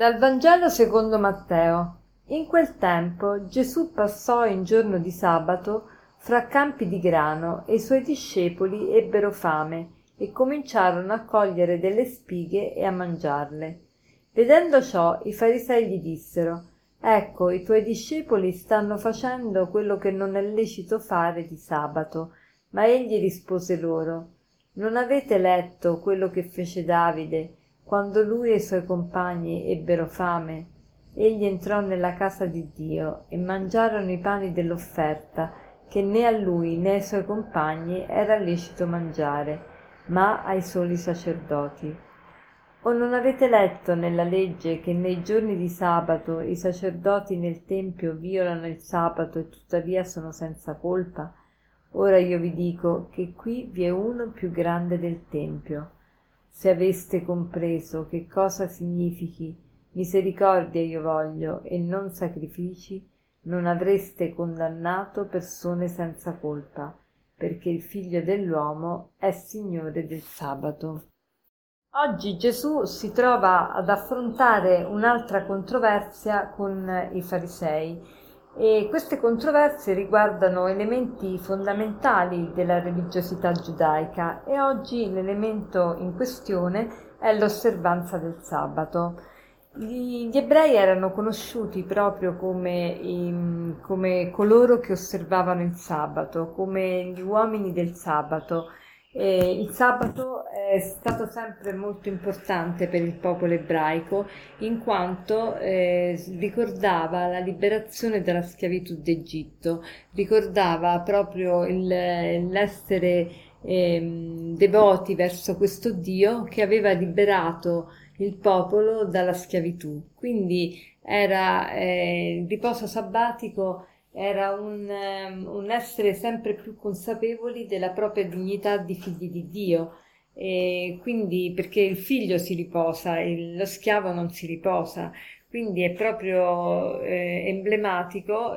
Dal Vangelo secondo Matteo. In quel tempo Gesù passò in giorno di sabato fra campi di grano e i suoi discepoli ebbero fame e cominciarono a cogliere delle spighe e a mangiarle. Vedendo ciò, i farisei gli dissero: Ecco, i tuoi discepoli stanno facendo quello che non è lecito fare di sabato. Ma egli rispose loro: Non avete letto quello che fece Davide quando lui e i suoi compagni ebbero fame? Egli entrò nella casa di Dio e mangiarono i pani dell'offerta, che né a lui né ai suoi compagni era lecito mangiare, ma ai soli sacerdoti. O non avete letto nella legge che nei giorni di sabato i sacerdoti nel tempio violano il sabato e tuttavia sono senza colpa? Ora io vi dico che qui vi è uno più grande del tempio. Se aveste compreso che cosa significhi misericordia io voglio e non sacrifici, non avreste condannato persone senza colpa, perché il Figlio dell'uomo è Signore del sabato. Oggi Gesù si trova ad affrontare un'altra controversia con i farisei e queste controversie riguardano elementi fondamentali della religiosità giudaica e oggi l'elemento in questione è l'osservanza del sabato. Gli ebrei erano conosciuti proprio come coloro che osservavano il sabato, come gli uomini del sabato. Il sabato è stato sempre molto importante per il popolo ebraico in quanto ricordava la liberazione dalla schiavitù d'Egitto, ricordava proprio l'essere devoti verso questo Dio che aveva liberato il popolo dalla schiavitù. Quindi il riposo sabbatico era un essere sempre più consapevoli della propria dignità di figli di Dio. E quindi perché il figlio si riposa, lo schiavo non si riposa, quindi è proprio emblematico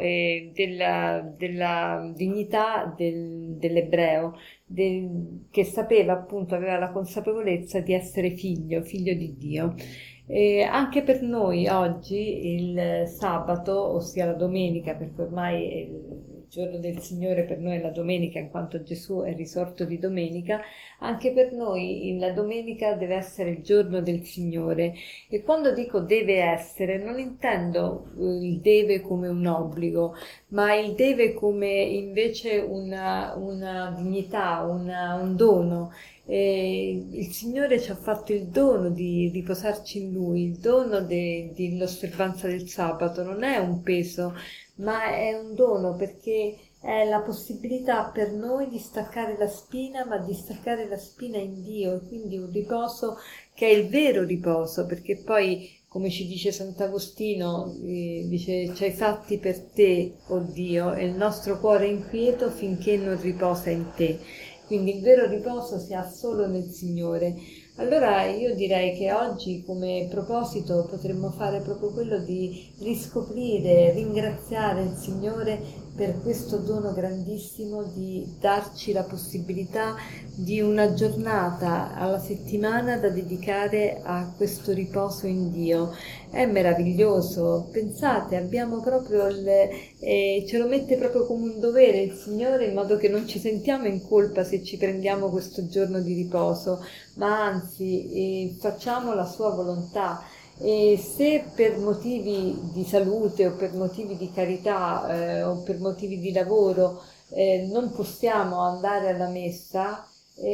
della dignità dell'ebreo, che sapeva appunto, aveva la consapevolezza di essere figlio di Dio. E anche per noi oggi il sabato, ossia la domenica, perché ormai è il giorno del Signore per noi è la domenica, in quanto Gesù è risorto di domenica, anche per noi la domenica deve essere il giorno del Signore. E quando dico deve essere, non intendo il deve come un obbligo, ma il deve come invece una dignità, un dono. Il Signore ci ha fatto il dono di riposarci in Lui, il dono dell'osservanza del sabato non è un peso, ma è un dono perché è la possibilità per noi di staccare la spina, ma di staccare la spina in Dio, e quindi un riposo che è il vero riposo, perché poi, come ci dice Sant'Agostino, dice: ci hai fatti per te, o Dio, e il nostro cuore è inquieto finché non riposa in te. Quindi il vero riposo si ha solo nel Signore. Allora io direi che oggi come proposito potremmo fare proprio quello di riscoprire, ringraziare il Signore per questo dono grandissimo di darci la possibilità di una giornata alla settimana da dedicare a questo riposo in Dio. È meraviglioso, pensate, abbiamo proprio ce lo mette proprio come un dovere il Signore, in modo che non ci sentiamo in colpa se ci prendiamo questo giorno di riposo, ma anzi facciamo la sua volontà. E se per motivi di salute o per motivi di carità o per motivi di lavoro non possiamo andare alla messa,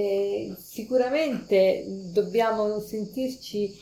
sicuramente dobbiamo sentirci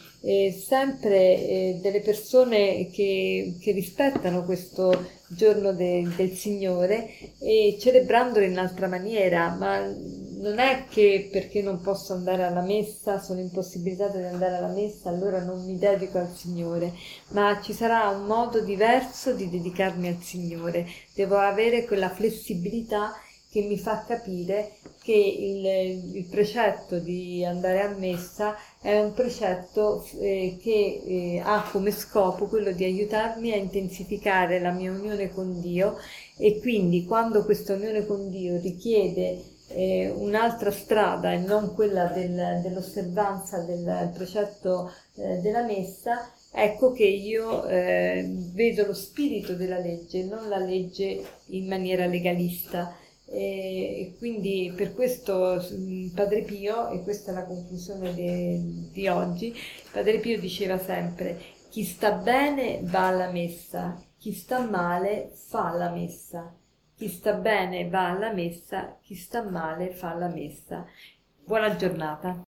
sempre delle persone che rispettano questo giorno del Signore e celebrandolo in altra maniera, ma non è che perché non posso andare alla messa, sono impossibilitata di andare alla messa, allora non mi dedico al Signore, ma ci sarà un modo diverso di dedicarmi al Signore. Devo avere quella flessibilità che mi fa capire che il precetto di andare a messa è un precetto che ha come scopo quello di aiutarmi a intensificare la mia unione con Dio, e quindi quando questa unione con Dio richiede un'altra strada e non quella dell'osservanza del precetto della messa, Ecco che io vedo lo spirito della legge, non la legge in maniera legalista. E quindi per questo Padre Pio, e questa è la conclusione di oggi, Padre Pio diceva sempre: chi sta bene va alla messa, chi sta male fa la messa, chi sta bene va alla messa, chi sta male fa la messa. Buona giornata.